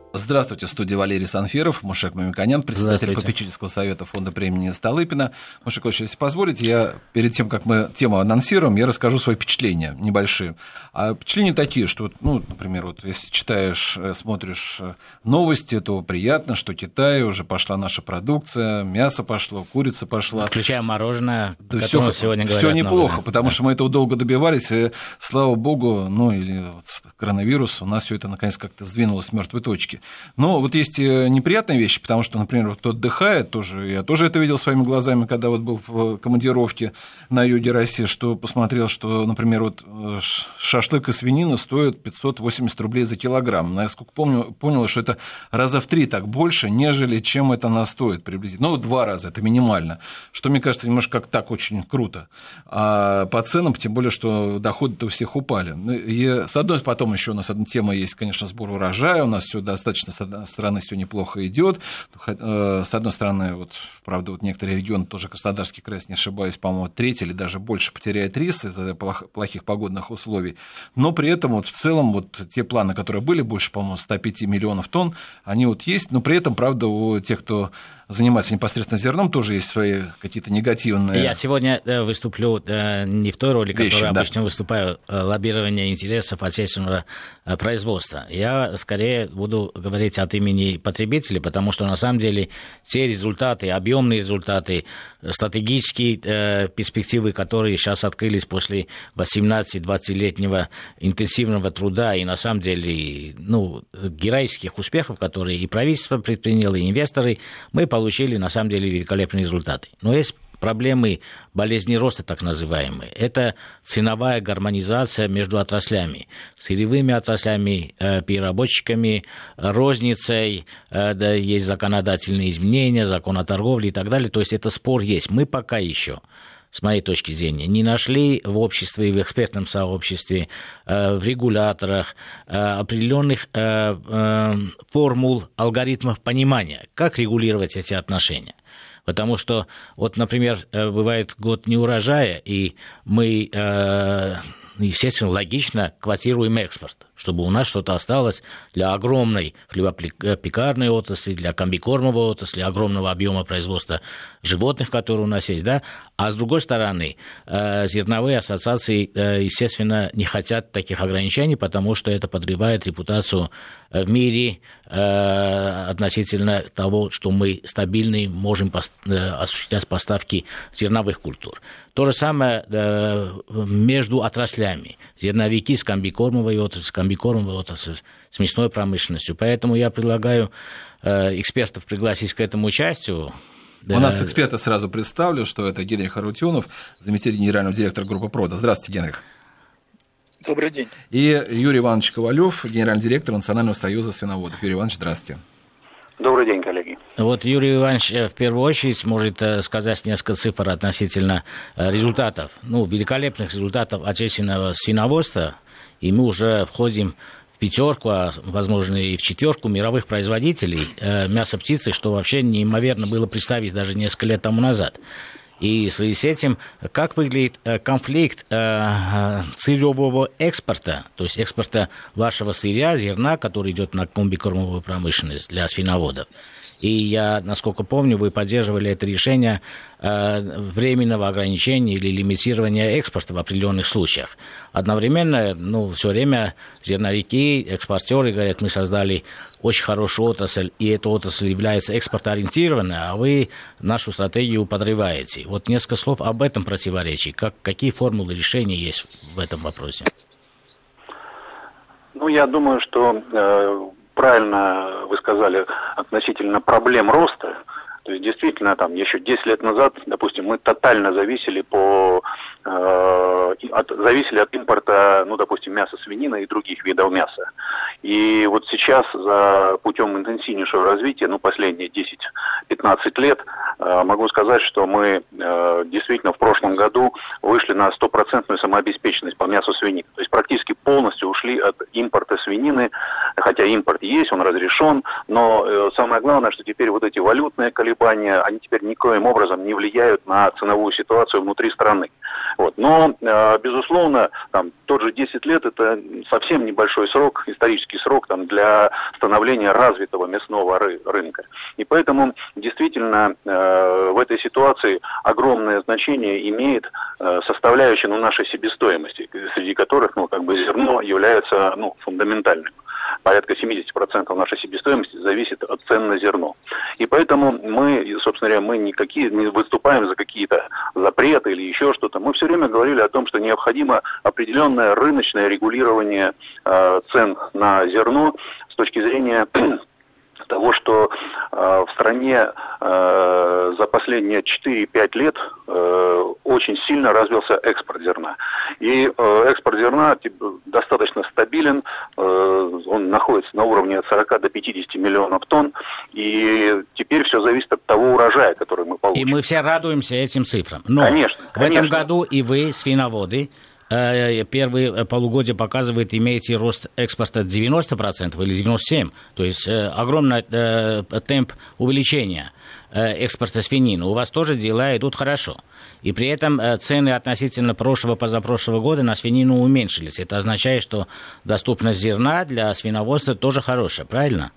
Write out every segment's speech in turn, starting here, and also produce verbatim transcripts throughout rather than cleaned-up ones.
Здравствуйте, в студии Валерий Санфиров, Мушек Мамиканян, председатель попечительского совета фонда премии Столыпина. Мушек Ильич, если позволите, я перед тем, как мы тему анонсируем, я расскажу свои впечатления небольшие. А впечатления такие, что, ну, например, вот если читаешь, смотришь новости, то приятно, что в Китае уже пошла наша продукция, мясо пошло, курица пошла. Включая мороженое, да, о котором всё, сегодня говорят. Все неплохо, новые. потому да. что мы этого долго добивались, и, слава богу, ну, или вот коронавирус, у нас все это наконец как-то сдвинулось с мертвой точки. Но вот есть неприятные вещи, потому что, например, вот кто отдыхает, тоже, я тоже это видел своими глазами, когда вот был в командировке на юге России, что посмотрел, что, например, вот шашлык и свинина стоят пятьсот восемьдесят рублей за килограмм. Насколько помню, понял, что это раза в три так больше, нежели чем это она стоит приблизительно. Ну, два раза, это минимально, что, мне кажется, немножко как так очень круто. А по ценам, тем более, что доходы-то у всех упали. И с одной, потом еще у нас одна тема есть, конечно, сбор урожая, у нас все достаточно с одной стороны все неплохо идет. С одной стороны, вот, правда, вот некоторые регионы, тоже Краснодарский край, не ошибаюсь, по-моему, треть или даже больше потеряет рис из-за плохих погодных условий. Но при этом вот в целом вот те планы, которые были, больше, по-моему, сто пять миллионов тонн, они вот есть. Но при этом, правда, у тех, кто занимается непосредственно зерном, тоже есть свои какие-то негативные... Я сегодня выступлю не в той роли, в которой да. обычно выступаю, лоббирование интересов отечественного производства. Я скорее буду говорить от имени потребителей, потому что на самом деле те результаты, объемные результаты, стратегические перспективы, которые сейчас открылись после восемнадцати-двадцатилетнего интенсивного труда и на самом деле ну, героических успехов, которые и правительство предприняло, и инвесторы, мы получили на самом деле великолепные результаты. Но есть проблемы болезни роста, так называемые. Это ценовая гармонизация между отраслями. Сырьевыми отраслями, э, переработчиками, розницей, э, да, есть законодательные изменения, закон о торговле и так далее. То есть это спор есть. Мы пока еще, с моей точки зрения, не нашли в обществе и в экспертном сообществе, э, в регуляторах э, определенных э, э, формул, алгоритмов понимания, как регулировать эти отношения. Потому что, вот, например, бывает год неурожая, и мы, естественно, логично квотируем экспорт, чтобы у нас что-то осталось для огромной хлебопекарной отрасли, для комбикормовой отрасли, огромного объема производства животных, которые у нас есть, да. А с другой стороны, зерновые ассоциации, естественно, не хотят таких ограничений, потому что это подрывает репутацию в мире относительно того, что мы стабильно можем осуществлять поставки зерновых культур. То же самое между отраслями. Зерновики с комбикормовой отраслью, комбикормовой отраслью, с мясной промышленностью. Поэтому я предлагаю экспертов пригласить к этому участию. Да. У нас эксперта сразу представлю, что это Генрих Арутюнов, заместитель генерального директора группы «Прода». Здравствуйте, Генрих. Добрый день. И Юрий Иванович Ковалев, генеральный директор Национального союза свиноводов. Юрий Иванович, здравствуйте. Добрый день, коллеги. Вот Юрий Иванович в первую очередь может сказать несколько цифр относительно результатов, ну, великолепных результатов отечественного свиноводства, и мы уже входим в пятерку, а возможно и в четверку мировых производителей мяса птицы, что вообще неимоверно было представить даже несколько лет тому назад. И в связи с этим, как выглядит конфликт сырьевого экспорта, то есть экспорта вашего сырья, зерна, который идет на комбикормовую промышленность для свиноводов. И я, насколько помню, вы поддерживали это решение э, временного ограничения или лимитирования экспорта в определенных случаях. Одновременно, ну, все время зерновики, экспортеры говорят, мы создали очень хорошую отрасль, и эта отрасль является экспортоориентированной, а вы нашу стратегию подрываете. Вот несколько слов об этом противоречии. Как, какие формулы решения есть в этом вопросе? Ну, я думаю, что... Э... Правильно вы сказали относительно проблем роста. То есть действительно, там еще десять лет назад, допустим, мы тотально зависели по э, от, зависели от импорта, ну, допустим, мяса свинины и других видов мяса. И вот сейчас за путем интенсивнейшего развития, ну, последние десять-пятнадцать лет, э, могу сказать, что мы э, действительно в прошлом году вышли на стопроцентную самообеспеченность по мясу свинины. То есть практически полностью ушли от импорта свинины, хотя импорт есть, он разрешен, но э, самое главное, что теперь вот эти валютные колебания, колебания, они теперь никоим образом не влияют на ценовую ситуацию внутри страны. Вот. Но, безусловно, там, тот же десять лет – это совсем небольшой срок, исторический срок там, для становления развитого мясного ры- рынка. И поэтому действительно в этой ситуации огромное значение имеет составляющая ну, нашей себестоимости, среди которых ну, как бы зерно является ну, фундаментальным. Порядка семьдесят процентов нашей себестоимости зависит от цен на зерно. И поэтому мы, собственно говоря, мы никакие, не выступаем за какие-то запреты или еще что-то. Мы все время говорили о том, что необходимо определенное рыночное регулирование э, цен на зерно с точки зрения того, что э, в стране э, за последние четыре-пять лет э, очень сильно развился экспорт зерна. И э, экспорт зерна типа, достаточно стабилен, э, он находится на уровне от сорока до пятидесяти миллионов тонн, и теперь все зависит от того урожая, который мы получим. И мы все радуемся этим цифрам. Но конечно, в конечно. этом году и вы, свиноводы, первые полугодия показывает, имеете рост экспорта девяносто процентов или девяносто семь процентов, то есть огромный темп увеличения экспорта свинины. У вас тоже дела идут хорошо. И при этом цены относительно прошлого, позапрошлого года на свинину уменьшились. Это означает, что доступность зерна для свиноводства тоже хорошая, правильно?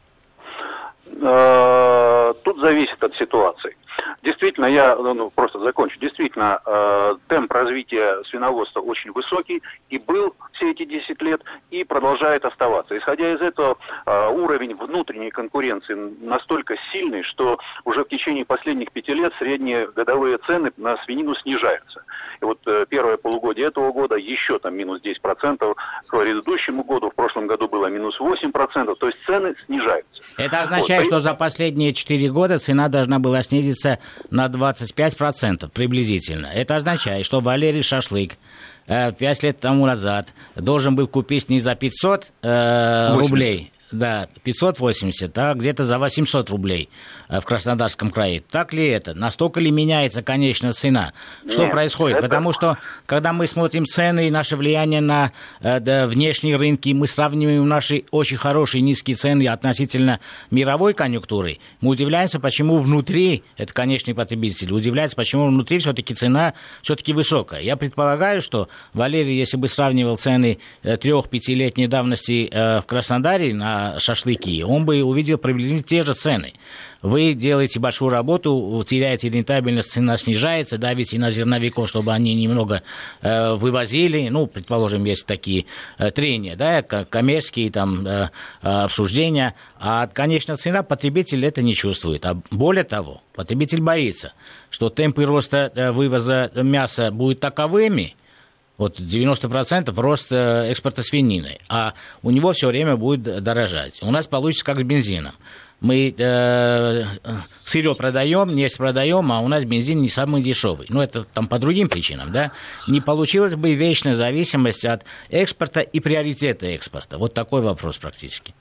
Тут зависит от ситуации. Действительно, я ну, просто закончу. Действительно, э, темп развития свиноводства очень высокий и был все эти десять лет и продолжает оставаться. Исходя из этого, э, уровень внутренней конкуренции настолько сильный, что уже в течение последних пяти лет средние годовые цены на свинину снижаются. И вот э, первое полугодие этого года еще там минус десять процентов, к предыдущему году, в прошлом году было минус восемь процентов, то есть цены снижаются. Это означает, вот, что за последние четыре года цена должна была снизиться на двадцать пять процентов приблизительно. Это означает, что Валерий Шашлык э, пять лет тому назад должен был купить не за пятьсот э, рублей, да, пятьсот восемьдесят, а где-то за восемьсот рублей в Краснодарском крае. Так ли это? Настолько ли меняется конечная цена? Что Нет, происходит? Это... Потому что, когда мы смотрим цены и наше влияние на э, да, внешние рынки, мы сравниваем наши очень хорошие низкие цены относительно мировой конъюнктуры, мы удивляемся, почему внутри, это конечный потребитель, удивляется, почему внутри все-таки цена все-таки высокая. Я предполагаю, что Валерий, если бы сравнивал цены трех-пятилетней давности э, в Краснодаре на шашлыки, он бы увидел приблизительно те же цены. Вы делаете большую работу, теряете рентабельность, цена снижается, давите на зерновиков, чтобы они немного э, вывозили. Ну, предположим, есть такие э, трения, да, коммерческие там, э, обсуждения. А, конечно, цена потребитель это не чувствует. А более того, потребитель боится, что темпы роста э, вывоза мяса будут таковыми, вот девяносто процентов рост экспорта свинины, а у него все время будет дорожать. У нас получится как с бензином. Мы э, сырье продаем, нефть продаем, а у нас бензин не самый дешевый. Ну, это там по другим причинам, да? Не получилась бы вечная зависимость от экспорта и приоритета экспорта. Вот такой вопрос практически.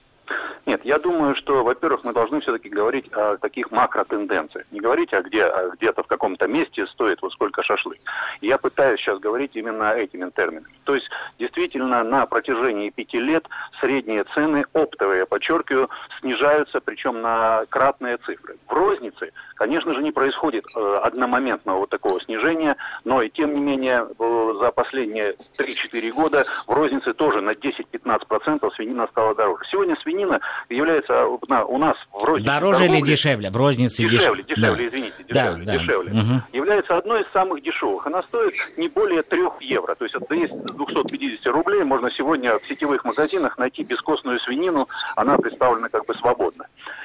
Нет, я думаю, что, во-первых, мы должны все-таки говорить о таких макротенденциях. Не говорить, а где, а где-то в каком-то месте стоит вот сколько шашлык. Я пытаюсь сейчас говорить именно этими терминами. То есть, действительно, на протяжении пяти лет средние цены, оптовые, я подчеркиваю, снижаются, причем на кратные цифры. В рознице, конечно же, не происходит э, одномоментного вот такого снижения, но и тем не менее э, за последние три-четыре года в рознице тоже на десять-пятнадцать процентов свинина стала дороже. Сегодня свинина является у нас в рознице... Дороже торговли, или дешевле? В рознице дешевле. Дешевле, дешевле, да. извините, дешевле. Да, дешевле. Да. Угу. Является одной из самых дешевых. Она стоит не более трех евро. То есть от двухсот пятидесяти рублей можно сегодня в сетевых магазинах найти бескостную свинину. Она представлена как бы свободно.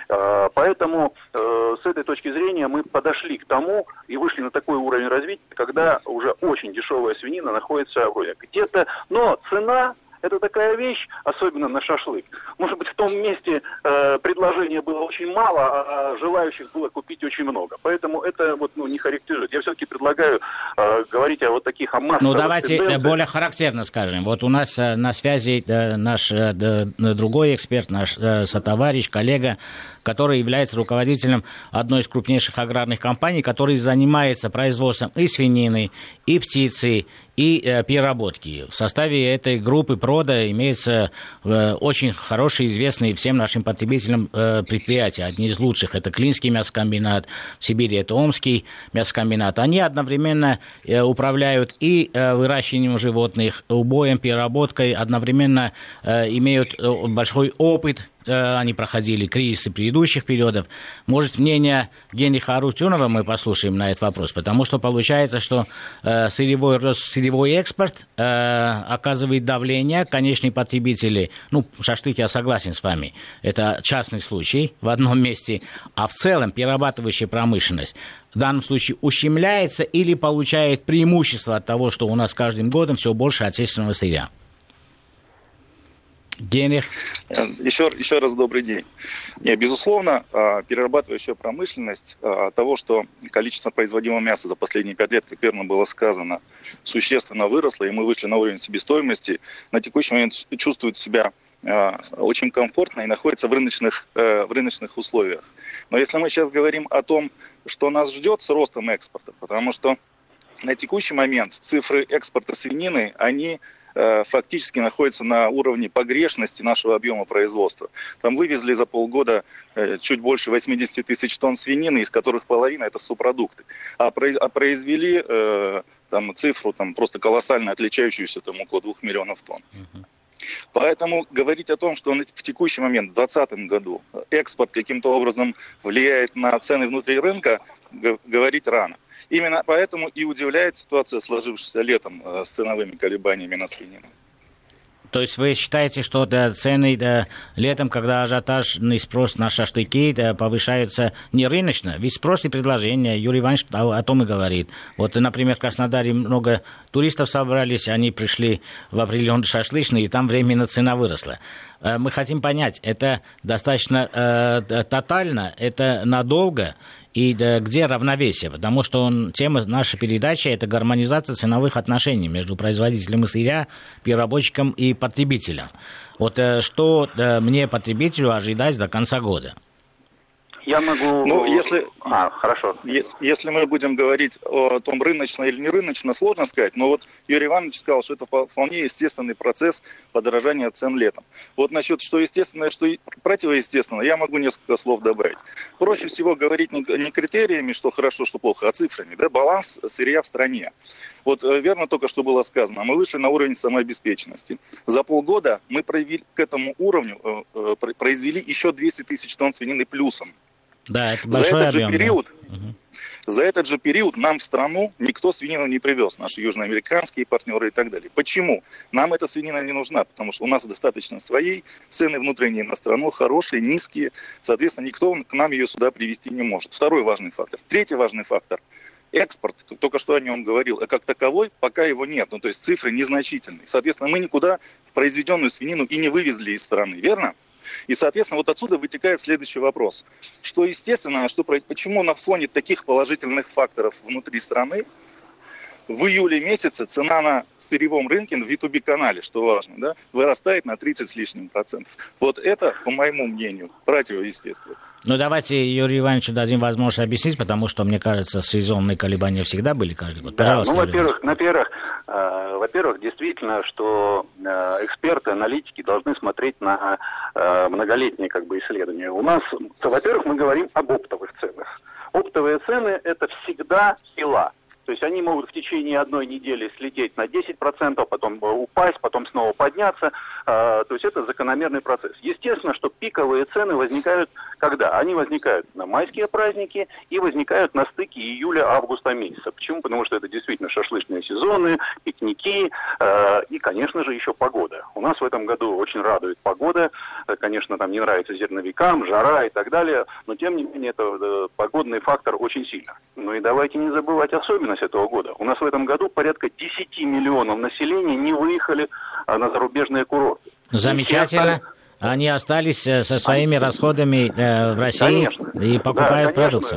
Поэтому с этой точки зрения мы подошли к тому и вышли на такой уровень развития, когда уже очень дешевая свинина находится вроде где-то, но цена... Это такая вещь, особенно на шашлык. Может быть, в том месте э, предложения было очень мало, а желающих было купить очень много. Поэтому это вот, ну, не характеризует. Я все-таки предлагаю э, говорить о вот таких о массовых Ну, давайте тенденциях. Более характерно скажем. Вот у нас э, на связи э, наш э, другой эксперт, наш э, сотоварищ, коллега, который является руководителем одной из крупнейших аграрных компаний, который занимается производством и свинины, и птицы, и э, переработки. В составе этой группы прода имеются э, очень хорошие, известные всем нашим потребителям э, предприятия. Одни из лучших – это Клинский мясокомбинат, в Сибири – это Омский мясокомбинат. Они одновременно э, управляют и э, выращиванием животных, убоем, переработкой, одновременно э, имеют э, большой опыт. Они проходили кризисы предыдущих периодов. Может, мнение Генриха Арутюнова мы послушаем на этот вопрос, потому что получается, что э, сырьевой, сырьевой экспорт э, оказывает давление, конечные потребители, ну, шашлык, я согласен с вами, это частный случай в одном месте, а в целом перерабатывающая промышленность в данном случае ущемляется или получает преимущество от того, что у нас каждым годом все больше отечественного сырья. Генрих. Еще, еще раз добрый день. Не, безусловно, перерабатывающая промышленность того, что количество производимого мяса за последние пять лет, как верно было сказано, существенно выросло, и мы вышли на уровень себестоимости, на текущий момент чувствует себя очень комфортно и находится в рыночных, в рыночных условиях. Но если мы сейчас говорим о том, что нас ждет с ростом экспорта, потому что на текущий момент цифры экспорта свинины, они фактически находится на уровне погрешности нашего объема производства. Там вывезли за полгода чуть больше восемьдесят тысяч тонн свинины, из которых половина это субпродукты. А произвели там, цифру там, просто колоссально отличающуюся, там, около двух миллионов тонн. Поэтому говорить о том, что в текущий момент, в двадцатом году, экспорт каким-то образом влияет на цены внутри рынка, говорить рано. Именно поэтому и удивляет ситуация, сложившаяся летом с ценовыми колебаниями на свинину. То есть вы считаете, что да, цены да, летом, когда ажиотажный спрос на шашлыки да, повышаются не рыночно? Ведь спрос и предложение, Юрий Иванович о, о том и говорит. Вот, например, в Краснодаре много туристов собрались, они пришли в определенный шашлычный, и там временно цена выросла. Мы хотим понять, это достаточно э, тотально, это надолго, и да, где равновесие? Потому что он, тема нашей передачи – это гармонизация ценовых отношений между производителем сырья, переработчиком и потребителем. Вот э, что э, мне, потребителю, ожидать до конца года? Я могу... Ну, если... А, хорошо. Если, если мы будем говорить о том, рыночно или не рыночно, сложно сказать. Но вот Юрий Иванович сказал, что это вполне естественный процесс подорожания цен летом. Вот насчет, что естественное, что противоестественное, я могу несколько слов добавить. Проще всего говорить не, не критериями, что хорошо, что плохо, а цифрами. Да? Баланс сырья в стране. Вот верно только что было сказано, мы вышли на уровень самообеспеченности. За полгода мы проявили, к этому уровню э, произвели еще двести тысяч тонн свинины плюсом. Да, это большой за этот объем, же период, да. Угу. За этот же период нам в страну никто свинину не привез, наши южноамериканские партнеры и так далее. Почему? Нам эта свинина не нужна, потому что у нас достаточно своей, цены внутренние на страну хорошие, низкие, соответственно, никто к нам ее сюда привезти не может. Второй важный фактор. Третий важный фактор. Экспорт, только что о нем говорил, а как таковой пока его нет, ну то есть цифры незначительные. Соответственно, мы никуда произведенную свинину и не вывезли из страны, верно? И, соответственно, вот отсюда вытекает следующий вопрос. Что естественно, что, почему на фоне таких положительных факторов внутри страны в июле месяце цена на сырьевом рынке в би ту би канале, что важно, да, вырастает на тридцать с лишним процентов. Вот это, по моему мнению, противоестественно. Ну, давайте Юрию Ивановичу дадим возможность объяснить, потому что, мне кажется, сезонные колебания всегда были каждый год. Пожалуйста, да, ну, во-первых, во-первых, э, во-первых, действительно, что э, эксперты, аналитики должны смотреть на э, многолетние как бы, исследования. У нас, во-первых, мы говорим об оптовых ценах. Оптовые цены – это всегда сила. То есть они могут в течение одной недели слететь на десять процентов, потом упасть, потом снова подняться. То есть это закономерный процесс. Естественно, что пиковые цены возникают когда? Они возникают на майские праздники и возникают на стыке июля-августа месяца. Почему? Потому что это действительно шашлычные сезоны, пикники и, конечно же, еще погода. У нас в этом году очень радует погода. Конечно, там не нравится зерновикам, жара и так далее, но тем не менее это погодный фактор очень сильно. Ну и давайте не забывать особенность этого года. У нас в этом году порядка десять миллионов населения не выехали на зарубежные курорты. Замечательно. Они остались со своими Они... расходами э, в России конечно. И покупают да, продукцию. В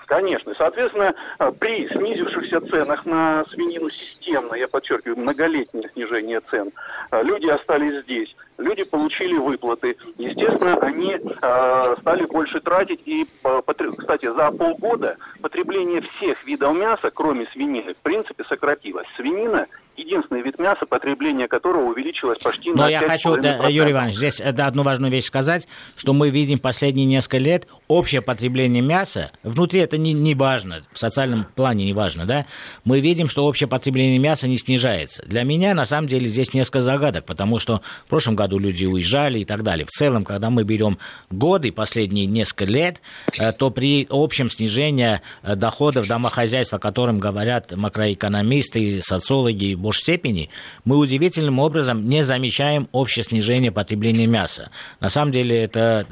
Конечно. Соответственно, при снизившихся ценах на свинину системно, я подчеркиваю, многолетнее снижение цен, люди остались здесь, люди получили выплаты. Естественно, они э, стали больше тратить. И, кстати, за полгода потребление всех видов мяса, кроме свинины, в принципе, сократилось. Свинина – единственный вид мяса, потребление которого увеличилось почти Но на я хочу, да, Юрий Иванович, здесь да, одну важную вещь сказать, что мы видим последние несколько лет общее потребление мяса, внутри это не, не важно, в социальном плане не важно, да, мы видим, что общее потребление мяса не снижается. Для меня, на самом деле, здесь несколько загадок, потому что в прошлом году люди уезжали и так далее. В целом, когда мы берем годы, последние несколько лет, то при общем снижении доходов домохозяйств, о котором говорят макроэкономисты, социологи в большей степени, мы удивительным образом не замечаем общее снижение потребления мяса. На самом деле, это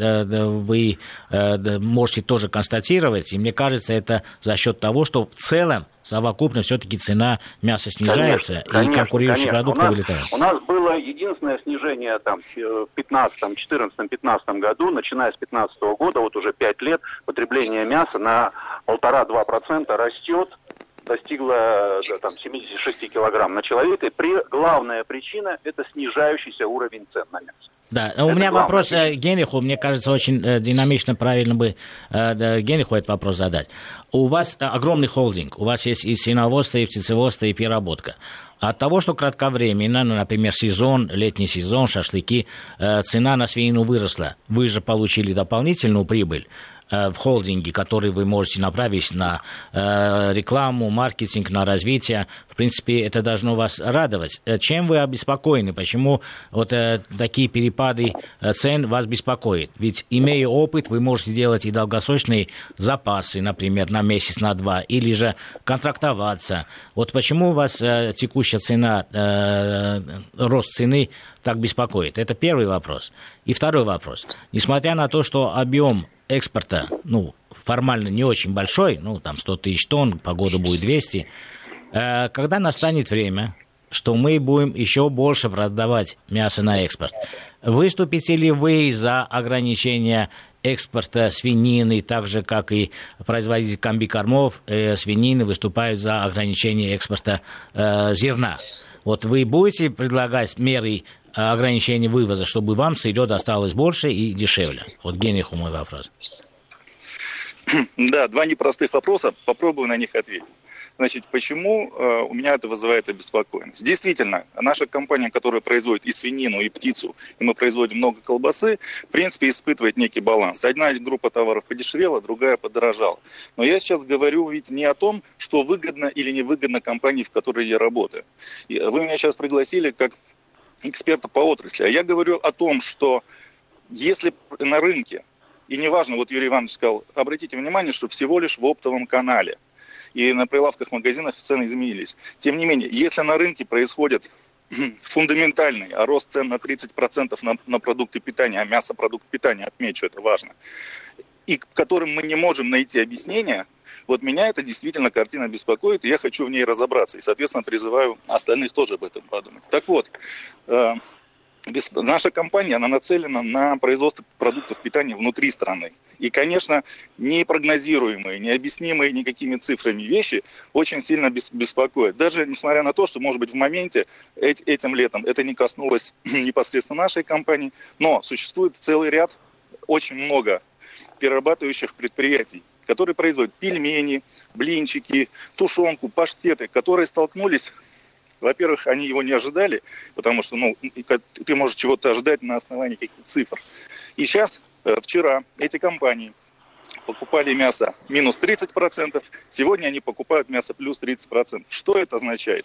вы можете тоже констатировать, и мне кажется, это за счет того, что в целом совокупно все-таки цена мяса снижается, конечно, и конечно, конкурирующие конечно. продукты у нас, вылетают. У нас было единственное снижение там, в пятнадцатом, четырнадцатом, пятнадцатом году, начиная с пятнадцатого года, вот уже пять лет, потребление мяса на полтора-два процента растет, достигла да, там, семьдесят шесть килограмм на человека. И при, главная причина – это снижающийся уровень цен на мясо. Да, у меня вопрос к Генриху, мне кажется, очень э, динамично, правильно бы э, Генриху этот вопрос задать. У вас огромный холдинг, у вас есть и свиноводство, и птицеводство, и переработка. От того, что кратковременно, ну, например, сезон, летний сезон, шашлыки, э, цена на свинину выросла, вы же получили дополнительную прибыль в холдинге, который вы можете направить на э, рекламу, маркетинг, на развитие. В принципе, это должно вас радовать. Чем вы обеспокоены? Почему вот э, такие перепады цен вас беспокоят? Ведь, имея опыт, вы можете делать и долгосрочные запасы, например, на месяц, на два, или же контрактоваться. Вот почему вас э, текущая цена, э, рост цены так беспокоит? Это первый вопрос. И второй вопрос. Несмотря на то, что объем экспорта, ну, формально не очень большой, ну, там сто тысяч тонн, по году будет двести. Э, когда настанет время, что мы будем еще больше продавать мясо на экспорт, выступите ли вы за ограничение экспорта свинины, так же, как и производители комбикормов, э, свинины выступают за ограничение экспорта э, зерна? Вот вы будете предлагать меры ограничения вывоза, чтобы вам сырье досталось больше и дешевле? Вот Генриху мой вопрос. Да, два непростых вопроса, попробую на них ответить. Значит, почему э, у меня это вызывает обеспокоенность? Действительно, наша компания, которая производит и свинину, и птицу, и мы производим много колбасы, в принципе, испытывает некий баланс. Одна группа товаров подешевела, другая подорожала. Но я сейчас говорю ведь не о том, что выгодно или невыгодно компании, в которой я работаю. Вы меня сейчас пригласили как эксперта по отрасли. А я говорю о том, что если на рынке, и неважно, вот Юрий Иванович сказал, обратите внимание, что всего лишь в оптовом канале и на прилавках в магазинах цены изменились. Тем не менее, если на рынке происходит фундаментальный а рост цен на тридцать процентов на, на продукты питания, а мясо продукт питания, отмечу, это важно, и к которым мы не можем найти объяснения, вот меня это действительно картина беспокоит, и я хочу в ней разобраться. И, соответственно, призываю остальных тоже об этом подумать. Так вот, э, без, наша компания, она нацелена на производство продуктов питания внутри страны. И, конечно, непрогнозируемые, необъяснимые никакими цифрами вещи очень сильно бес, беспокоят. Даже несмотря на то, что, может быть, в моменте эт, этим летом это не коснулось непосредственно нашей компании, но существует целый ряд, очень много перерабатывающих предприятий, которые производят пельмени, блинчики, тушенку, паштеты, которые столкнулись, во-первых, они его не ожидали, потому что ну, ты можешь чего-то ожидать на основании каких-то цифр. И сейчас, вчера, эти компании покупали мясо минус тридцать процентов, сегодня они покупают мясо плюс тридцать процентов. Что это означает?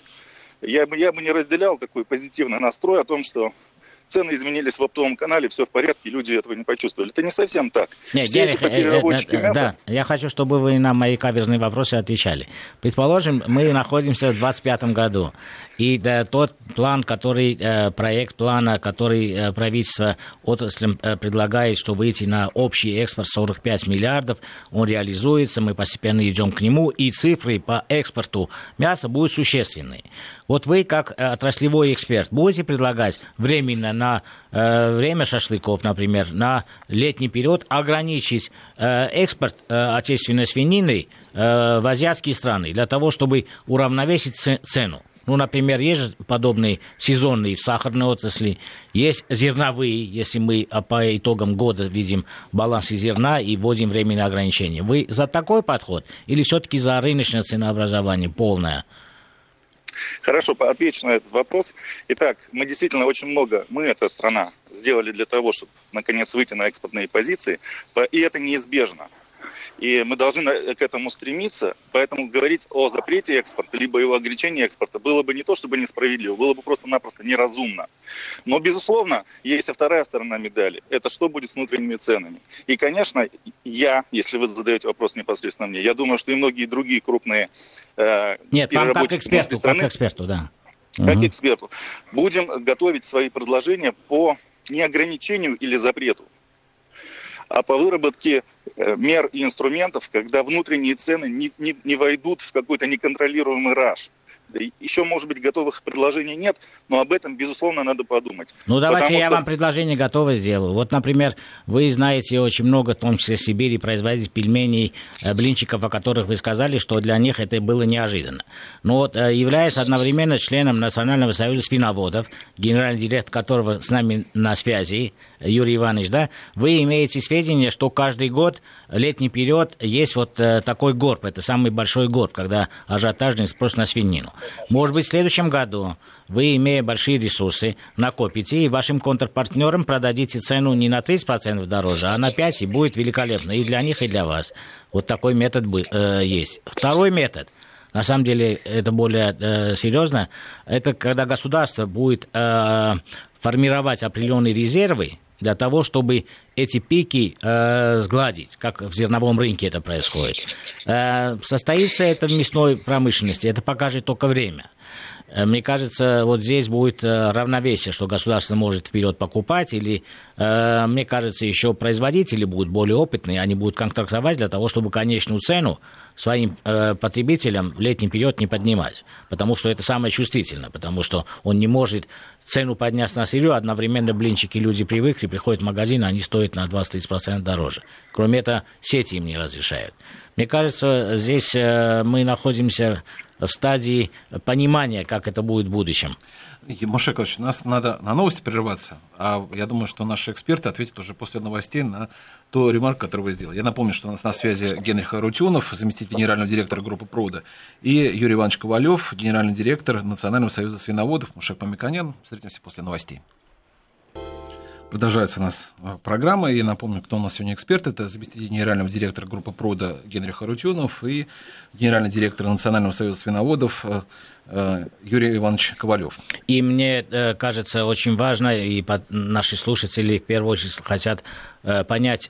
Я бы, я бы не разделял такой позитивный настрой о том, что цены изменились в оптовом канале, все в порядке, люди этого не почувствовали. Это не совсем так. Нет, все Генрих, эти переработчики э, э, мяса... Да, я хочу, чтобы вы на мои каверзные вопросы отвечали. Предположим, мы находимся в двадцать пятом году, и да, тот план, который, э, проект плана, который э, правительство отраслям э, предлагает, чтобы выйти на общий экспорт сорок пять миллиардов, он реализуется, мы постепенно идем к нему, и цифры по экспорту мяса будут существенные. Вот вы, как отраслевой эксперт, будете предлагать временно на э, время шашлыков, например, на летний период ограничить э, экспорт э, отечественной свинины э, в азиатские страны для того, чтобы уравновесить цену? Ну, например, есть же подобные сезонные в сахарной отрасли, есть зерновые, если мы по итогам года видим балансы зерна и вводим временные ограничения. Вы за такой подход или все-таки за рыночное ценообразование полное? Хорошо, отвечу на этот вопрос. Итак, мы действительно очень много, мы, эта страна, сделали для того, чтобы наконец выйти на экспортные позиции, и это неизбежно. И мы должны к этому стремиться, поэтому говорить о запрете экспорта, либо его ограничении экспорта было бы не то, чтобы несправедливо, было бы просто-напросто неразумно. Но, безусловно, есть и вторая сторона медали. Это что будет с внутренними ценами. И, конечно, я, если вы задаете вопрос непосредственно мне, я думаю, что и многие другие крупные э, Нет, вам как эксперту, страны, как эксперту, да. Как угу. эксперту, будем готовить свои предложения по не ограничению или запрету, а по выработке мер и инструментов, когда внутренние цены не, не, не войдут в какой-то неконтролируемый раж. Еще, может быть, готовых предложений нет, но об этом, безусловно, надо подумать. Ну, давайте Потому я что... вам предложение готово сделаю. Вот, например, вы знаете очень много, в том числе в Сибири, производителей пельменей, блинчиков, о которых вы сказали, что для них это было неожиданно. Но вот, являясь одновременно членом Национального союза свиноводов, генеральный директор которого с нами на связи, Юрий Иванович, да, вы имеете сведения, что каждый год, летний период, есть вот э, такой горб, это самый большой горб, когда ажиотажный спрос на свинину. Может быть, в следующем году вы, имея большие ресурсы, накопите и вашим контрпартнерам продадите цену не на тридцать процентов дороже, а на пять процентов, и будет великолепно и для них, и для вас. Вот такой метод э, есть. Второй метод, на самом деле, это более э, серьезно, это когда государство будет э, формировать определенные резервы для того, чтобы эти пики э, сгладить, как в зерновом рынке это происходит. Э, состоится это в мясной промышленности, это покажет только время. Э, мне кажется, вот здесь будет э, равновесие, что государство может вперед покупать, или, э, мне кажется, еще производители будут более опытные, они будут контрактовать для того, чтобы конечную цену своим э, потребителям в летний период не поднимать, потому что это самое чувствительное, потому что он не может цену поднять на сырье, одновременно блинчики люди привыкли, приходят в магазин, они стоят на двадцать-тридцать процентов дороже. Кроме этого, сети им не разрешают. Мне кажется, здесь э, мы находимся в стадии понимания, как это будет в будущем. Моше Яковлевич, нас надо на новости прерываться, а я думаю, что наши эксперты ответят уже после новостей на ту ремарку, которую вы сделали. Я напомню, что у нас на связи Генрих Харутюнов, заместитель генерального директора группы «Прода», и Юрий Иванович Ковалев, генеральный директор Национального союза свиноводов. Мушек Мамиканян. Встретимся после новостей. Продолжается у нас программа. И напомню, кто у нас сегодня эксперт. Это заместитель генерального директора группы «Прода» Генрих Харутюнов и генеральный директор Национального союза свиноводов Юрий Иванович Ковалев. И мне кажется очень важно, и наши слушатели в первую очередь хотят понять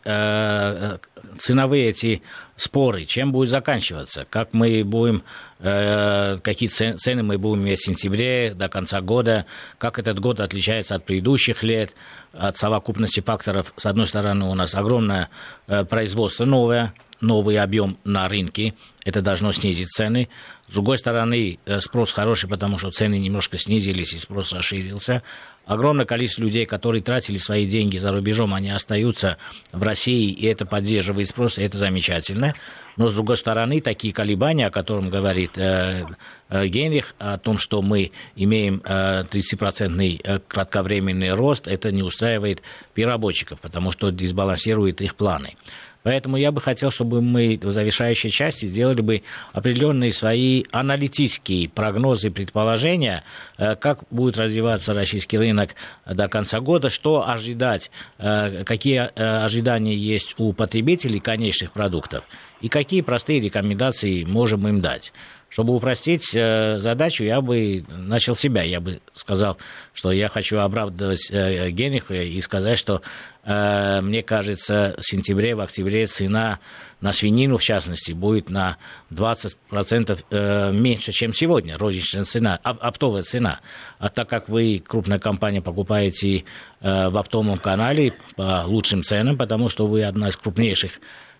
ценовые эти споры, чем будет заканчиваться, как мы будем, какие цены мы будем иметь в сентябре до конца года, как этот год отличается от предыдущих лет, от совокупности факторов. С одной стороны, у нас огромное производство новое, новый объем на рынке, это должно снизить цены. С другой стороны, спрос хороший, потому что цены немножко снизились и спрос расширился. Огромное количество людей, которые тратили свои деньги за рубежом, они остаются в России, и это поддерживает спрос, и это замечательно. Но, с другой стороны, такие колебания, о которых говорит э, э, Генрих, о том, что мы имеем э, тридцатипроцентный э, кратковременный рост, это не устраивает переработчиков, потому что дисбалансирует их планы. Поэтому я бы хотел, чтобы мы в завершающей части сделали бы определенные свои аналитические прогнозы, предположения, как будет развиваться российский рынок до конца года, что ожидать, какие ожидания есть у потребителей конечных продуктов и какие простые рекомендации можем им дать. Чтобы упростить э, задачу, я бы начал себя. Я бы сказал, что я хочу оправдывать э, Генриха и сказать, что э, мне кажется, в сентябре, в октябре цена на свинину, в частности, будет на двадцать процентов э, меньше, чем сегодня, розничная цена, оптовая цена. А так как вы, крупная компания, покупаете э, в оптовом канале по лучшим ценам, потому что вы одна из крупнейших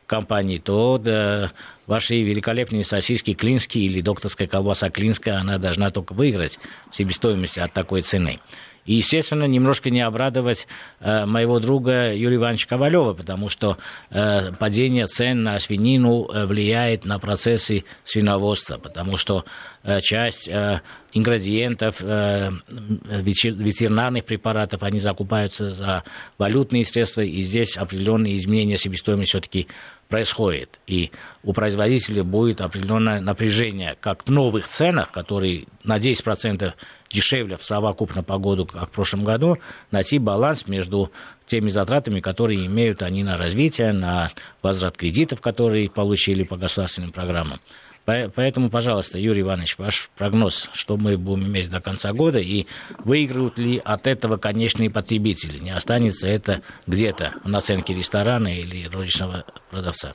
компаний, то да, ваши великолепные сосиски клинские или докторская колбаса клинская, она должна только выиграть в себестоимости от такой цены. И, естественно, немножко не обрадовать э, моего друга Юрия Ивановича Ковалева, потому что э, падение цен на свинину э, влияет на процессы свиноводства, потому что э, часть э, ингредиентов э, ветеринарных препаратов, они закупаются за валютные средства, и здесь определенные изменения себестоимости все-таки происходит. И у производителя будет определенное напряжение как в новых ценах, которые на десять процентов дешевле в совокупно по году, как в прошлом году, найти баланс между теми затратами, которые имеют они на развитие, на возврат кредитов, которые получили по государственным программам. Поэтому, пожалуйста, Юрий Иванович, ваш прогноз, что мы будем иметь до конца года, и выиграют ли от этого конечные потребители? Не останется это где-то в наценке ресторана или розничного продавца?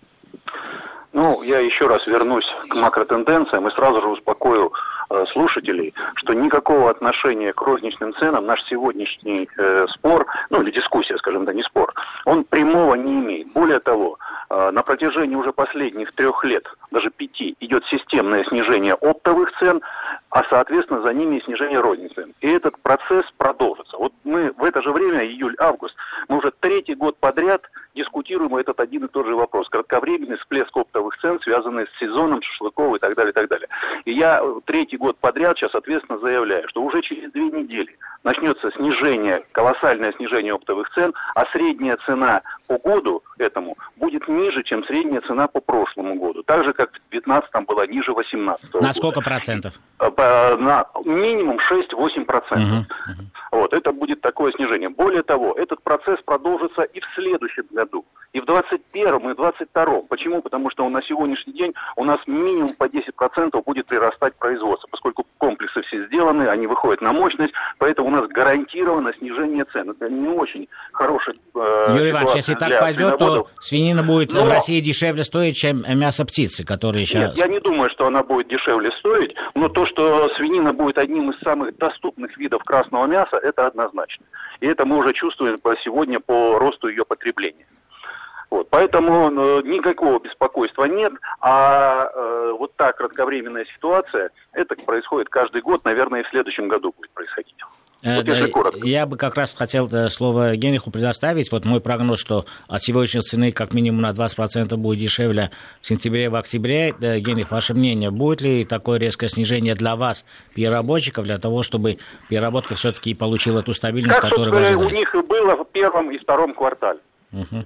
Ну, я еще раз вернусь к макротенденциям и сразу же успокою э, слушателей, что никакого отношения к розничным ценам наш сегодняшний э, спор, ну или дискуссия, скажем так, не спор, он прямого не имеет. Более того, э, на протяжении уже последних трех лет, даже пяти, идет системное снижение оптовых цен, а соответственно за ними и снижение розничных цен. И этот процесс продолжится. Вот мы в это же время, июль-август, мы уже третий год подряд дискутируем этот один и тот же вопрос. Кратковременный всплеск оптовых цен, связанный с сезоном шашлыков и так далее, и так далее. И я третий год подряд сейчас ответственно заявляю, что уже через две недели начнется снижение, колоссальное снижение оптовых цен, а средняя цена по году этому будет ниже, чем средняя цена по прошлому году. Так же, как в две тысячи девятнадцатом была ниже две тысячи восемнадцатого На года. сколько процентов? На минимум шесть-восемь процентов. Uh-huh, uh-huh. Вот, это будет такое снижение. Более того, этот процесс продолжится и в следующем году, и в двадцать первом, и в двадцать втором. Почему? Потому что на сегодняшний день у нас минимум по десять процентов будет прирастать производство, поскольку комплексы все сделаны, они выходят на мощность, поэтому у нас гарантировано снижение цен. Это не очень хорошая э, Юрий Иванович, если так пойдет, то свинина будет Но... в России дешевле стоить, чем мясо птицы, которые сейчас... Нет, я не думаю, что она будет дешевле стоить, но то, что свинина будет одним из самых доступных видов красного мяса, это однозначно. И это мы уже чувствуем сегодня по росту ее потребления. Вот, поэтому э, никакого беспокойства нет, а э, вот та кратковременная ситуация, это происходит каждый год, наверное, и в следующем году будет происходить. Вот если коротко. Я бы как раз хотел слово Генриху предоставить. Вот мой прогноз, что от сегодняшней цены как минимум на двадцать процентов будет дешевле в сентябре, в октябре. Генрих, ваше мнение, будет ли такое резкое снижение для вас, переработчиков, для того, чтобы переработка все-таки получила ту стабильность, как, которую вы ожидаете? У них и было в первом и втором квартале. Угу.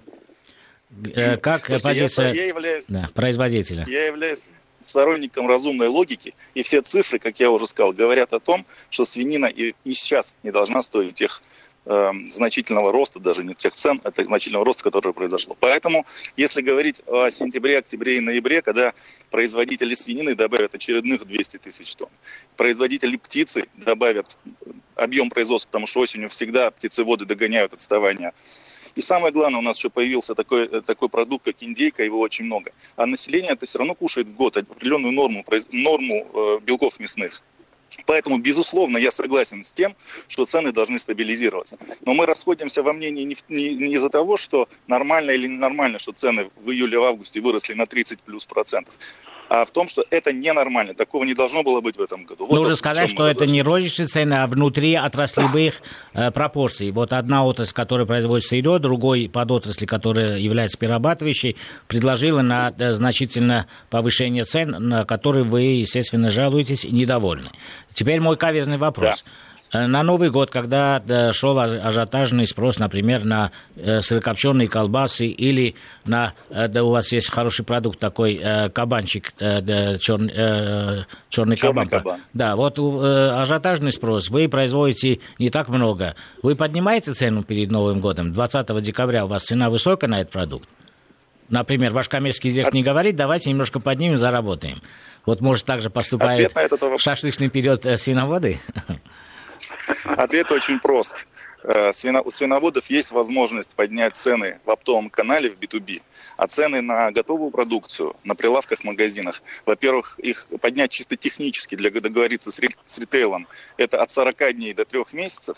Как Слушайте, позиция я, я являюсь, да, производителя? Я являюсь сторонником разумной логики, и все цифры, как я уже сказал, говорят о том, что свинина и, и сейчас не должна стоить тех э, значительного роста, даже не тех цен, а тех значительного роста, который произошло. Поэтому, если говорить о сентябре, октябре и ноябре, когда производители свинины добавят очередных двести тысяч тонн, производители птицы добавят объем производства, потому что осенью всегда птицеводы догоняют отставание. И самое главное, у нас еще появился такой, такой продукт, как индейка, его очень много. А население это все равно кушает в год определенную норму, норму э, белков мясных. Поэтому, безусловно, я согласен с тем, что цены должны стабилизироваться. Но мы расходимся во мнении не, не, не из-за того, что нормально или ненормально, что цены в июле-августе выросли на тридцать плюс процентов, а в том, что это ненормально. Такого не должно было быть в этом году. Вот нужно сказать, что это не розничные цены, а внутри отраслевых э, пропорций. Вот одна отрасль, которая производит сырье, другой подотрасль, которая является перерабатывающей, предложила на э, значительное повышение цен, на которые вы, естественно, жалуетесь и недовольны. Теперь мой каверзный вопрос. Да. На Новый год, когда да, шел ажиотажный спрос, например, на э, сырокопченые колбасы или на, э, да, у вас есть хороший продукт такой, э, кабанчик, э, да, чер, э, черный, черный кабан. кабан. Да, вот э, ажиотажный спрос, вы производите не так много. Вы поднимаете цену перед Новым годом? двадцатого декабря у вас цена высокая на этот продукт? Например, ваш коммерческий директор не говорит, давайте немножко поднимем, заработаем. Вот, может, так же поступают в шашлычный период свиноводы? Ответ очень прост. У свиноводов есть возможность поднять цены в оптовом канале в би ту би, а цены на готовую продукцию на прилавках в магазинах, во-первых, их поднять чисто технически для договориться с ритейлом, это от сорока дней до трех месяцев,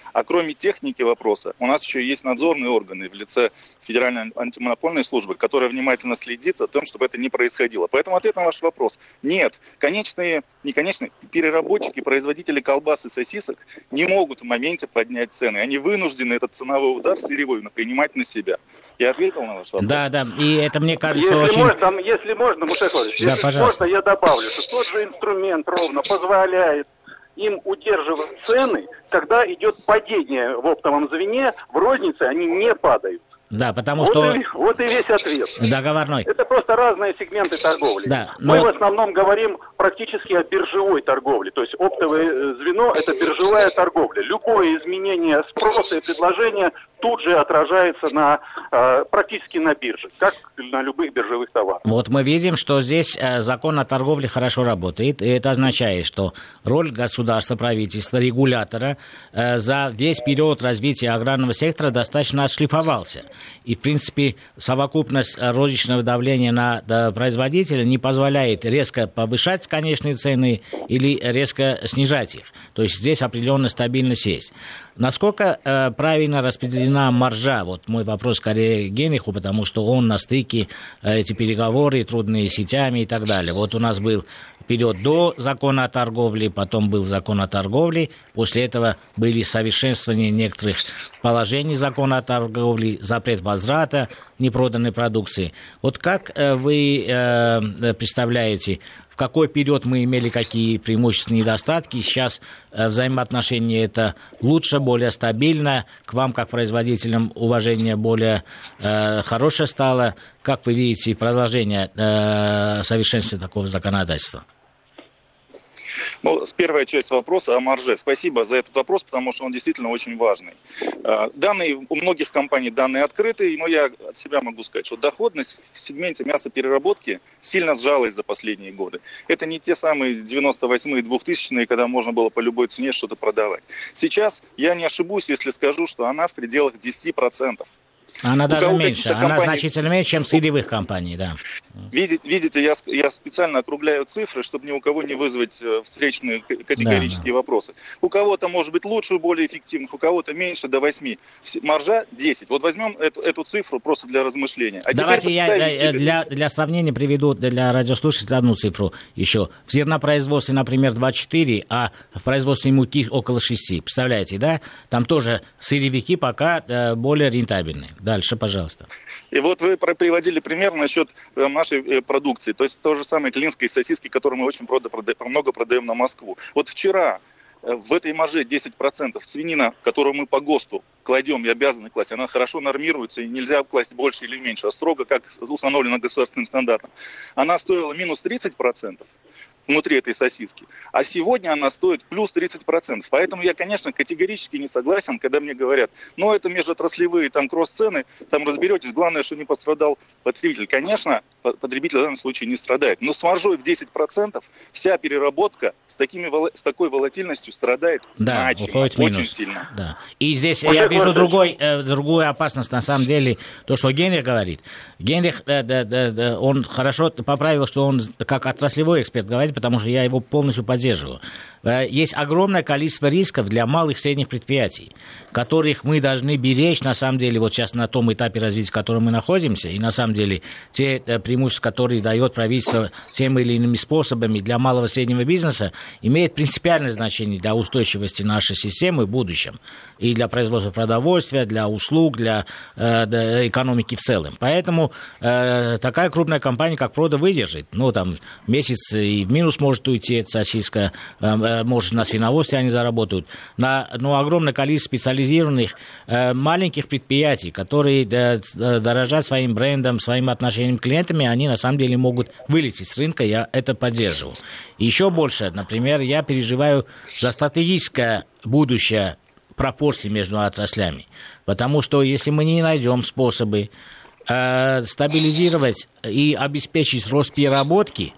А кроме техники вопроса, у нас еще есть надзорные органы в лице Федеральной антимонопольной службы, которая внимательно следит за тем, чтобы это не происходило. Поэтому ответ на ваш вопрос – нет. Конечные, не конечные, переработчики, производители колбас и сосисок не могут в моменте поднять цены. Они вынуждены этот ценовой удар сырьевой принимать на себя. Я ответил на ваш вопрос? Да, да, и это, мне кажется, если очень... Можно, там, если можно, Мушек Владимирович, да, если пожалуйста. можно, я добавлю, что тот же инструмент ровно позволяет им удерживать цены, когда идет падение в оптовом звене, в рознице они не падают. Да, потому вот что... И, вот и весь ответ. Договорной. Это просто разные сегменты торговли. Да, но... Мы в основном говорим практически о биржевой торговле. То есть оптовое звено – это биржевая торговля. Любое изменение спроса и предложения тут же отражается на, э, практически на бирже, как на любых биржевых товарах. Вот мы видим, что здесь э, закон о торговле хорошо работает, и это означает, что роль государства, правительства, регулятора э, за весь период развития аграрного сектора достаточно отшлифовался. И, в принципе, совокупность розничного давления на да, производителя не позволяет резко повышать конечные цены или резко снижать их. То есть здесь определенная стабильность есть. Насколько э, правильно распределена маржа? Вот мой вопрос скорее Генриху, потому что он на стыке э, эти переговоры, трудные сетями и так далее. Вот у нас был период до закона о торговле, потом был закон о торговле, после этого были совершенствования некоторых положений закона о торговле, запрет возврата непроданной продукции. Вот как э, вы э, представляете, в какой период мы имели какие преимущества, недостатки? Сейчас э, взаимоотношения это лучше, более стабильно, к вам, как производителям, уважение более э, хорошее стало. Как вы видите продолжение э, совершенствования такого законодательства? Ну, с первой части вопроса о марже. Спасибо за этот вопрос, потому что он действительно очень важный. Данные у многих компаний данные открытые, но я от себя могу сказать, что доходность в сегменте мясопереработки сильно сжалась за последние годы. Это не те самые девяносто восьмые, двухтысячные, когда можно было по любой цене что-то продавать. Сейчас я не ошибусь, если скажу, что она в пределах десяти процентов. Она даже меньше, она компаний... значительно меньше, чем сырьевых компаний, да. Видите, видите я, я специально округляю цифры, чтобы ни у кого не вызвать встречные категорические да, вопросы. У кого-то может быть лучше, более эффективных, у кого-то меньше, до восьми. Маржа десять. Вот возьмем эту, эту цифру просто для размышления. А давайте я себе... для, для сравнения приведу для радиослушателей одну цифру еще. В зернопроизводстве, например, двадцать четыре, а в производстве муки около шести. Представляете, да? Там тоже сырьевики пока более рентабельные. Дальше, пожалуйста. И вот вы приводили пример насчет нашей продукции. То есть то же самое клинские сосиски, которые мы очень много продаем на Москву. Вот вчера в этой марже десять процентов свинина, которую мы по ГОСТу кладем и обязаны класть, она хорошо нормируется, и нельзя класть больше или меньше, а строго, как установлено государственным стандартом. Она стоила минус тридцать процентов. Внутри этой сосиски. А сегодня она стоит плюс тридцать процентов. Поэтому я, конечно, категорически не согласен, когда мне говорят, ну, это межотраслевые там кросс-цены, там разберетесь, главное, что не пострадал потребитель. Конечно, потребитель в данном случае не страдает. Но с маржой в десять процентов вся переработка с, такими, с такой волатильностью страдает да, значимо, очень сильно. Да. И здесь вот я вижу другой, э, другую опасность, на самом деле, то, что Генрих говорит. Генрих, э, э, э, он хорошо поправил, что он как отраслевой эксперт говорит, потому что я его полностью поддерживаю. Есть огромное количество рисков для малых и средних предприятий, которых мы должны беречь, на самом деле, вот сейчас на том этапе развития, в котором мы находимся, и на самом деле те преимущества, которые дает правительство тем или иными способами для малого и среднего бизнеса, имеют принципиальное значение для устойчивости нашей системы в будущем, и для производства продовольствия, для услуг, для, для экономики в целом. Поэтому э, такая крупная компания, как Прода, выдержит. Ну, там, месяц и в минус может уйти эта сосиска, э, может, на свиноводстве они заработают, на ну, огромное количество специализированных э, маленьких предприятий, которые э, дорожат своим брендом, своим отношением к клиентам, они на самом деле могут вылететь с рынка, я это поддерживаю. Еще больше, например, я переживаю за стратегическое будущее пропорций между отраслями, потому что если мы не найдем способы э, стабилизировать и обеспечить рост переработки,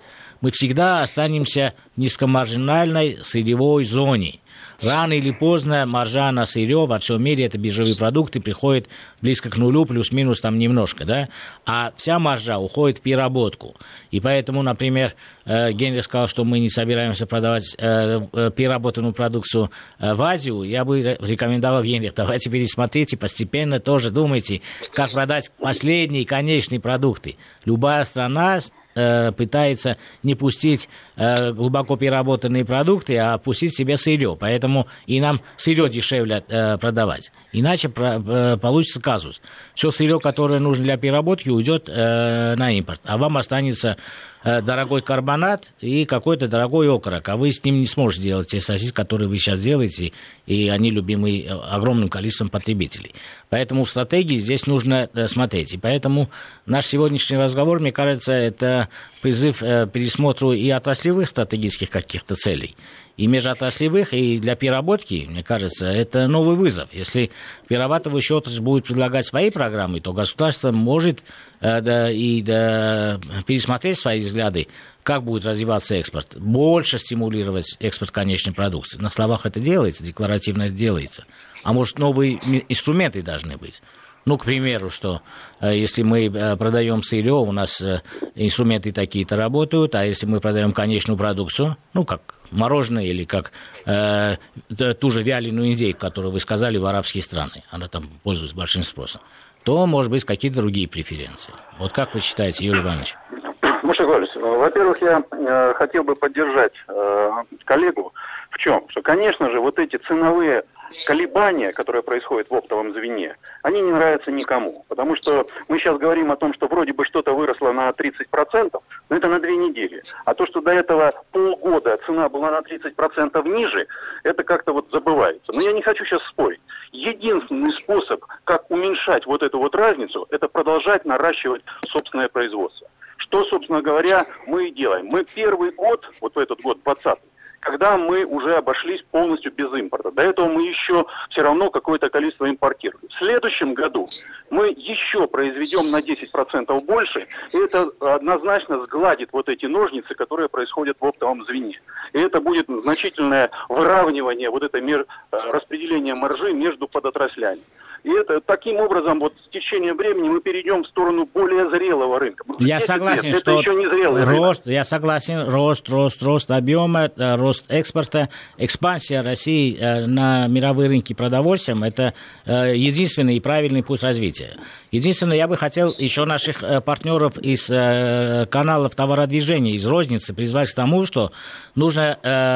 мы всегда останемся в низкомаржинальной сырьевой зоне. Рано или поздно маржа на сырье во всем мире, это биржевые продукты, приходит близко к нулю, плюс-минус там немножко, да, а вся маржа уходит в переработку. И поэтому, например, Генрих сказал, что мы не собираемся продавать переработанную продукцию в Азию. Я бы рекомендовал, Генрих, давайте пересмотрите, постепенно тоже думайте, как продать последние конечные продукты. Любая страна пытается не пустить э, глубоко переработанные продукты, а пустить себе сырье. Поэтому и нам сырье дешевле э, продавать. Иначе про, э, получится казус. Все сырье, которое нужно для переработки, уйдет э, на импорт. А вам останется э, дорогой карбонат и какой-то дорогой окорок. А вы с ним не сможете делать те сосиски, которые вы сейчас делаете, и они любимы огромным количеством потребителей. Поэтому в стратегии здесь нужно э, смотреть. И поэтому наш сегодняшний разговор, мне кажется, это призыв э, пересмотру и отраслевых стратегических каких-то целей, и межотраслевых, и для переработки, мне кажется, это новый вызов. Если перерабатывающая отрасль будет предлагать свои программы, то государство может э, да, и да, пересмотреть свои взгляды, как будет развиваться экспорт, больше стимулировать экспорт конечной продукции. На словах это делается, декларативно это делается. А может, новые инструменты должны быть. Ну, к примеру, что э, если мы э, продаем сырье, у нас э, инструменты такие-то работают, а если мы продаем конечную продукцию, ну, как мороженое или как э, ту же вяленую индейку, которую вы сказали, в арабские страны, она там пользуется большим спросом, то, может быть, какие-то другие преференции. Вот как вы считаете, Юрий Иванович? Маша Иванович, во-первых, я э, хотел бы поддержать э, коллегу в чем? Что, конечно же, вот эти ценовые колебания, которые происходят в оптовом звене, они не нравятся никому. Потому что мы сейчас говорим о том, что вроде бы что-то выросло на тридцать процентов, но это на две недели. А то, что до этого полгода цена была на тридцать процентов ниже, это как-то вот забывается. Но я не хочу сейчас спорить. Единственный способ, как уменьшать вот эту вот разницу, это продолжать наращивать собственное производство. Что, собственно говоря, мы и делаем. Мы первый год, вот в этот год, двадцатый, когда мы уже обошлись полностью без импорта. До этого мы еще все равно какое-то количество импортируем. В следующем году мы еще произведем на десять процентов больше, и это однозначно сгладит вот эти ножницы, которые происходят в оптовом звене. И это будет значительное выравнивание, вот это мер, распределение маржи между подотраслями. И это таким образом, вот с течением времени мы перейдем в сторону более зрелого рынка. Я согласен, лет, что еще не зрелый рост, рынок. Я согласен, рост, рост, рост объема, рост экспорта, экспансия России на мировые рынки продовольствием – это единственный и правильный путь развития. Единственное, я бы хотел еще наших партнеров из каналов товародвижения, из розницы призвать к тому, что нужно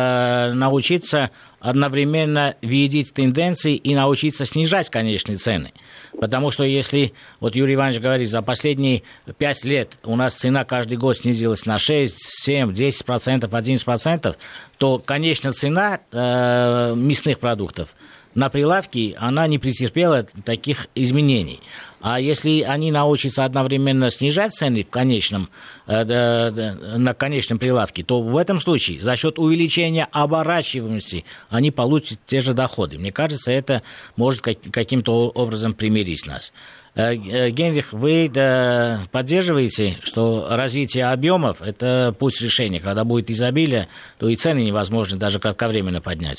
научиться одновременно видеть тенденции и научиться снижать конечные цены. Потому что если, вот Юрий Иванович говорит, за последние пять лет у нас цена каждый год снизилась на шесть, семь, десять процентов, одиннадцать процентов, то конечная цена э, мясных продуктов на прилавке, она не претерпела таких изменений. А если они научатся одновременно снижать цены в конечном, э, да, да, на конечном прилавке, то в этом случае за счет увеличения оборачиваемости они получат те же доходы. Мне кажется, это может как, каким-то образом примирить нас. Э, э, Генрих, вы да, поддерживаете, что развитие объемов – это путь решения. Когда будет изобилие, то и цены невозможно даже кратковременно поднять.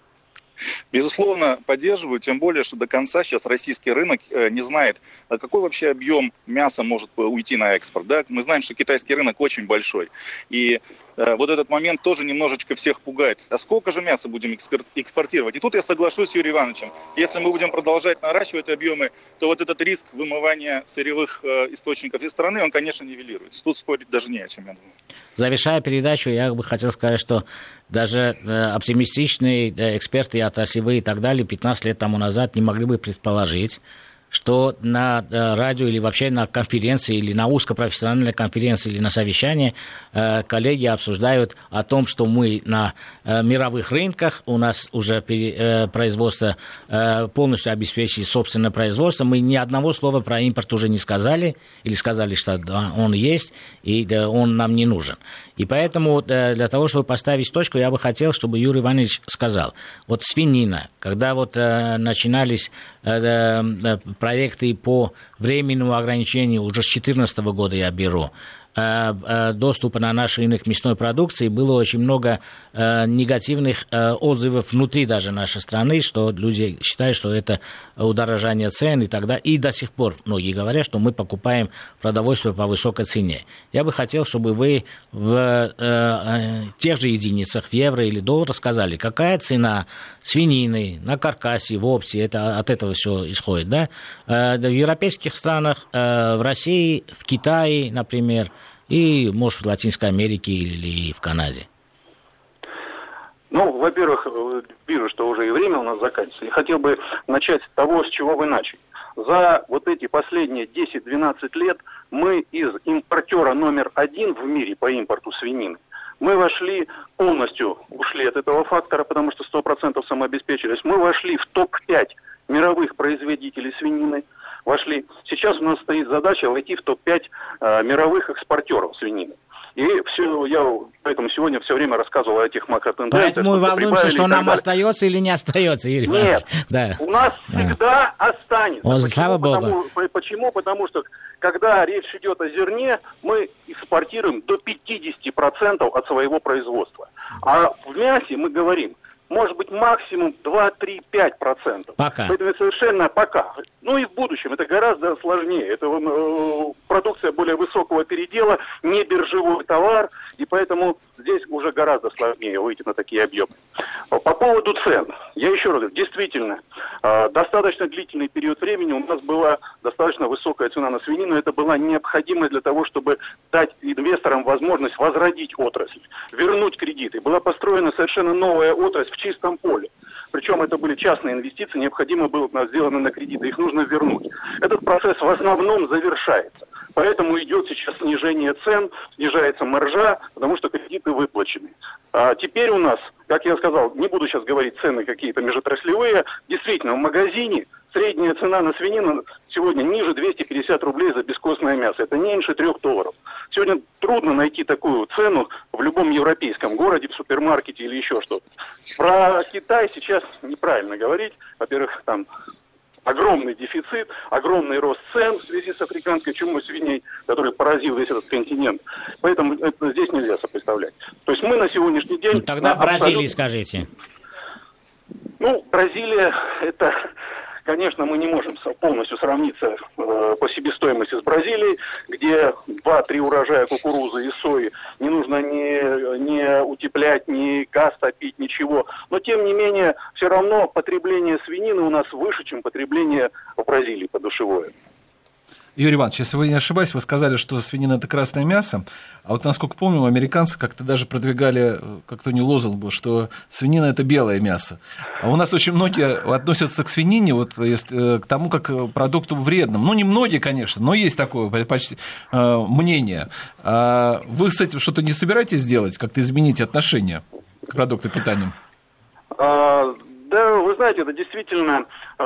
Безусловно, поддерживаю, тем более, что до конца сейчас российский рынок не знает, какой вообще объем мяса может уйти на экспорт. Да? Мы знаем, что китайский рынок очень большой. И вот этот момент тоже немножечко всех пугает. А сколько же мяса будем экспортировать? И тут я соглашусь с Юрием Ивановичем. Если мы будем продолжать наращивать объемы, то вот этот риск вымывания сырьевых источников из страны, он, конечно, нивелируется. Тут спорить даже не о чем, я думаю. Завершая передачу, я бы хотел сказать, что даже оптимистичные эксперты и отраслевые и так далее пятнадцать лет тому назад не могли бы предположить, что на радио или вообще на конференции, или на узкопрофессиональной конференции, или на совещании коллеги обсуждают о том, что мы на мировых рынках, у нас уже производство полностью обеспечивает собственное производство, мы ни одного слова про импорт уже не сказали, или сказали, что он есть, и он нам не нужен. И поэтому для того, чтобы поставить точку, я бы хотел, чтобы Юрий Иванович сказал, вот свинина, когда вот начинались проекты по временному ограничению, уже с две тысячи четырнадцатого года я беру, доступа на наш рынок мясной продукции, было очень много негативных отзывов внутри даже нашей страны, что люди считают, что это удорожание цен и так далее. И до сих пор многие говорят, что мы покупаем продовольствие по высокой цене. Я бы хотел, чтобы вы в э, тех же единицах, в евро или доллар, сказали, какая цена свинины на каркасе, в опте, это, от этого все исходит, да? Э, в европейских странах, э, в России, в Китае, например, и, может, в Латинской Америке или в Канаде. Ну, во-первых, вижу, что уже и время у нас заканчивается. Я хотел бы начать с того, с чего вы начали. За вот эти последние десять-двенадцать лет мы из импортера номер один в мире по импорту свинины, мы вошли, полностью ушли от этого фактора, потому что сто процентов самообеспечились, мы вошли в топ пять мировых производителей свинины, вошли. Сейчас у нас стоит задача войти в топ пять э, мировых экспортеров свинины. И все, я поэтому сегодня все время рассказывал о этих макротенденциях. Поэтому мы волнуемся, что нам остается или не остается, Юрий Иванович. Нет, да. у нас да. всегда останется. О, почему? слава Потому, Богу. почему? Потому что, когда речь идет о зерне, мы экспортируем до пятьдесят процентов от своего производства. А в мясе мы говорим, может быть, максимум два-три-пять процентов. Пока. Поэтому совершенно пока. Ну и в будущем это гораздо сложнее. Это э, продукция более высокого передела, не биржевой товар, и поэтому здесь уже гораздо сложнее выйти на такие объемы. По поводу цен. Я еще раз говорю, действительно, э, достаточно длительный период времени у нас была достаточно высокая цена на свинину. Это была необходимо для того, чтобы дать инвесторам возможность возродить отрасль, вернуть кредиты. Была построена совершенно новая отрасль в чистом поле. Причем это были частные инвестиции, необходимо было сделано на кредиты, их нужно вернуть. Этот процесс в основном завершается. Поэтому идет сейчас снижение цен, снижается маржа, потому что кредиты выплачены. А теперь у нас, как я сказал, не буду сейчас говорить цены какие-то межотраслевые, действительно, в магазине средняя цена на свинину сегодня ниже двухсот пятидесяти рублей за бескостное мясо. Это меньше трех долларов. Сегодня трудно найти такую цену в любом европейском городе, в супермаркете или еще что-то. Про Китай сейчас неправильно говорить. Во-первых, там огромный дефицит, огромный рост цен в связи с африканской чумой свиней, который поразил весь этот континент. Поэтому это здесь нельзя сопоставлять. То есть мы на сегодняшний день... Ну, тогда Бразилии абсолютно... скажите. Ну, Бразилия это... Конечно, мы не можем полностью сравниться э, по себестоимости с Бразилией, где два-три урожая кукурузы и сои не нужно ни, ни утеплять, ни газ топить, ничего. Но, тем не менее, все равно потребление свинины у нас выше, чем потребление в Бразилии подушевое. Юрий Иванович, если вы не ошибаетесь, вы сказали, что свинина – это красное мясо, а вот, насколько помню, американцы как-то даже продвигали, как-то не лозунг был, что свинина – это белое мясо. А у нас очень многие относятся к свинине, вот, к тому, как к продукту вредному. Ну, не многие, конечно, но есть такое почти мнение. А вы с этим что-то не собираетесь делать, как-то изменить отношение к продукту питания? А, да, вы знаете, это действительно...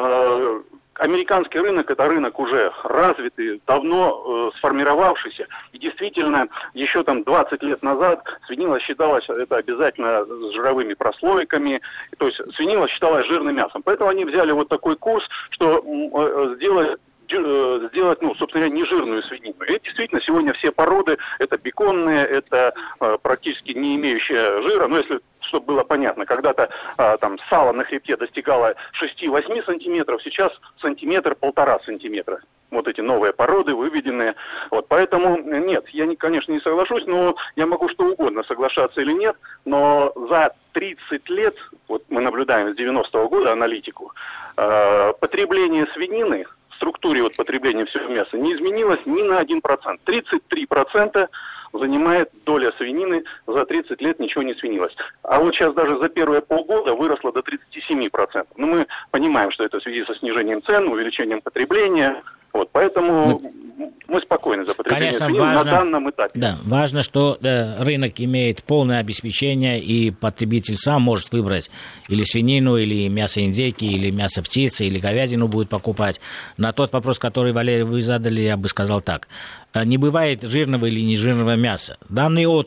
Американский рынок – это рынок уже развитый, давно э, сформировавшийся. И действительно, еще там двадцать лет назад свинина считалась это обязательно с жировыми прослойками. То есть свинина считалась жирным мясом. Поэтому они взяли вот такой курс, что э, сделали... сделать, ну, собственно говоря, нежирную свинину. И действительно, сегодня все породы, это беконные, это э, практически не имеющие жира, но если, чтобы было понятно, когда-то э, там сало на хребте достигало шесть-восемь сантиметров, сейчас сантиметр-полтора сантиметра. Вот эти новые породы, выведенные. Вот, поэтому, нет, я, не, конечно, не соглашусь, но я могу что угодно, соглашаться или нет, но за тридцать лет, вот мы наблюдаем с девяностого года аналитику, э, потребление свинины в структуре вот потребления всего мяса не изменилось ни на один процент. тридцать три процента занимает доля свинины, за тридцать лет ничего не свинилось. А вот сейчас даже за первые полгода выросло до тридцать семь процентов. Но мы понимаем, что это в связи со снижением цен, увеличением потребления. Вот, поэтому ну, мы спокойны за потребление конечно, свинины важно, на данном этапе. Да, важно, что э, рынок имеет полное обеспечение, и потребитель сам может выбрать или свинину, или мясо индейки, или мясо птицы, или говядину будет покупать. На тот вопрос, который, Валерий, вы задали, я бы сказал так. Не бывает жирного или нежирного мяса. Данный отруб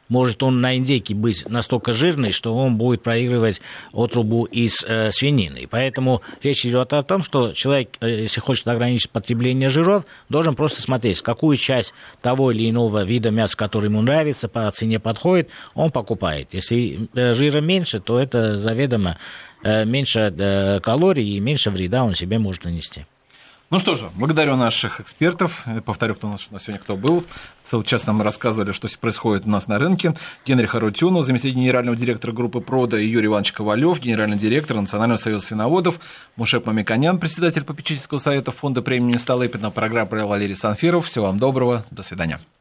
может он на индейке быть настолько жирный, что он будет проигрывать отрубу из э, свинины. И поэтому речь идет о том, что человек, если хочет ограничить потребление жиров, должен просто смотреть, какую часть того или иного вида мяса, который ему нравится, по цене подходит, он покупает. Если жира меньше, то это заведомо э, меньше э, калорий и меньше вреда он себе может нанести. Ну что же, благодарю наших экспертов. Повторю, кто у нас сегодня кто был. Целый час нам рассказывали, что происходит у нас на рынке. Генрих Арутюнов, заместитель генерального директора группы «Прода», и Юрий Иванович Ковалев, генеральный директор Национального союза свиноводов, Мушек Мамиканян, председатель попечительского совета фонда премии Столыпина. Программу провел Валерий Санфиров. Всего вам доброго. До свидания.